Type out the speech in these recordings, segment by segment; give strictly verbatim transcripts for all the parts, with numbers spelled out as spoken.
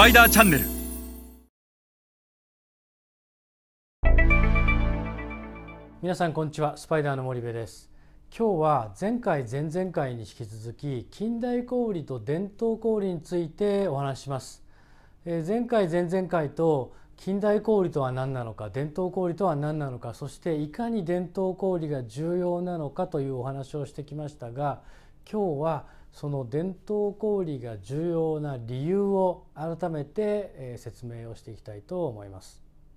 パイダーチャンネル。 皆さんこんにちは、スパイダーの森部です。今日は前回前々回に引き続き近代小売と伝統小売についてお話しします。えー、前回前々回と近代小売とは何なのか、伝統小売とは何なのか、そしていかに伝統小売が重要なのかというお話をしてきましたが、今日はその伝統小売が重要な理由を改めて、えー、説明をしていきたいと思います。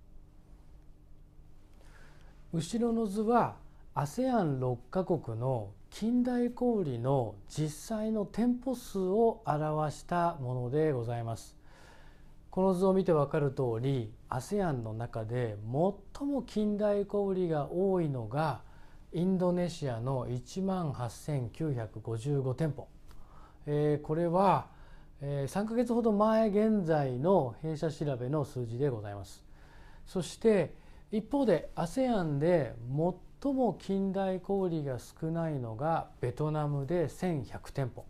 後ろの図は アセアンろっ カ国の近代小売の実際の店舗数を表したものでございます。この図を見て分かる通り アセアン の中で最も近代小売が多いのがインドネシアの いちまんはっせんきゅうひゃくごじゅうご 店舗、えー、これは、えー、さんかげつほど前現在の弊社調べの数字でございます。そして一方で アセアン で最も近代小売が少ないのがベトナムでせんひゃくてんぽ。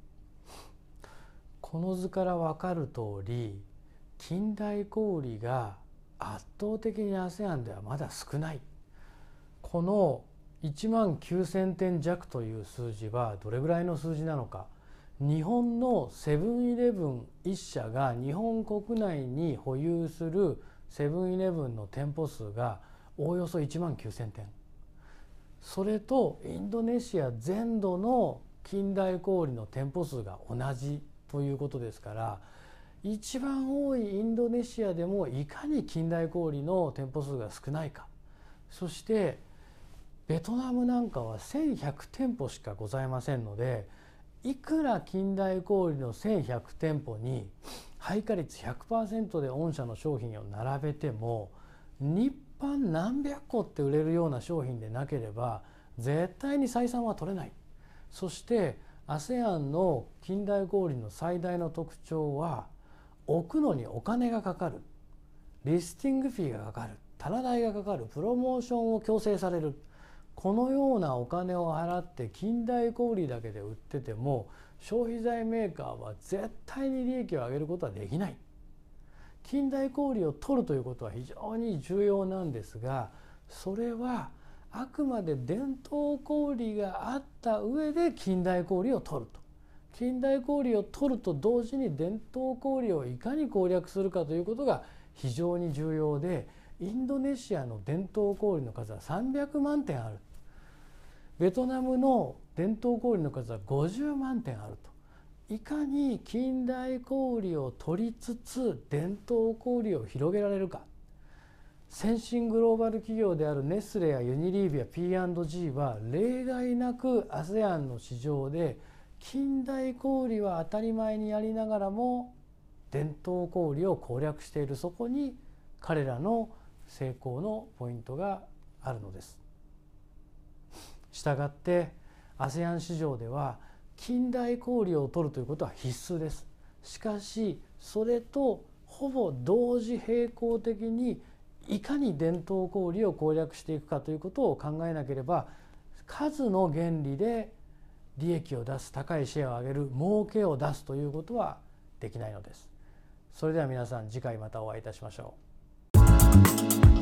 この図から分かる通り近代小売が圧倒的に アセアン ではまだ少ない。このいちまんきゅうせんてん弱という数字はどれぐらいの数字なのか。日本のセブンイレブンいっ社が日本国内に保有するセブンイレブンの店舗数がおおよそいちまんきゅうせんてん。それとインドネシア全土の近代小売の店舗数が同じということですから、一番多いインドネシアでもいかに近代小売の店舗数が少ないか。そしてベトナムなんかはせんひゃくてんぽしかございませんので、いくら近代小売のせんひゃくてんぽに配下率 ひゃくパーセント で御社の商品を並べても日販何百個って売れるような商品でなければ絶対に採算は取れない。そして アセアン の近代小売の最大の特徴は置くのにお金がかかる、リスティングフィーがかかる、棚代がかかる、プロモーションを強制される。このようなお金を払って近代小売だけで売ってても消費財メーカーは絶対に利益を上げることはできない。近代小売を取るということは非常に重要なんですが、それはあくまで伝統小売があった上で近代小売を取ると。近代小売を取ると同時に伝統小売をいかに攻略するかということが非常に重要で、インドネシアの伝統小売の数はさんびゃくまんてんある。ベトナムの伝統小売の数はごじゅうまんてんあると。いかに近代小売を取りつつ伝統小売を広げられるか。先進グローバル企業であるネスレやユニリービア ピーアンドジー は例外なく アセアン の市場で近代小売は当たり前にやりながらも伝統小売を攻略している。そこに彼らの成功のポイントがあるのです。したがって アセアン 市場では近代小売を取るということは必須です。しかしそれとほぼ同時並行的にいかに伝統小売を攻略していくかということを考えなければ、数の原理で利益を出す、高いシェアを上げる、儲けを出すということはできないのです。それでは皆さん次回またお会いいたしましょう。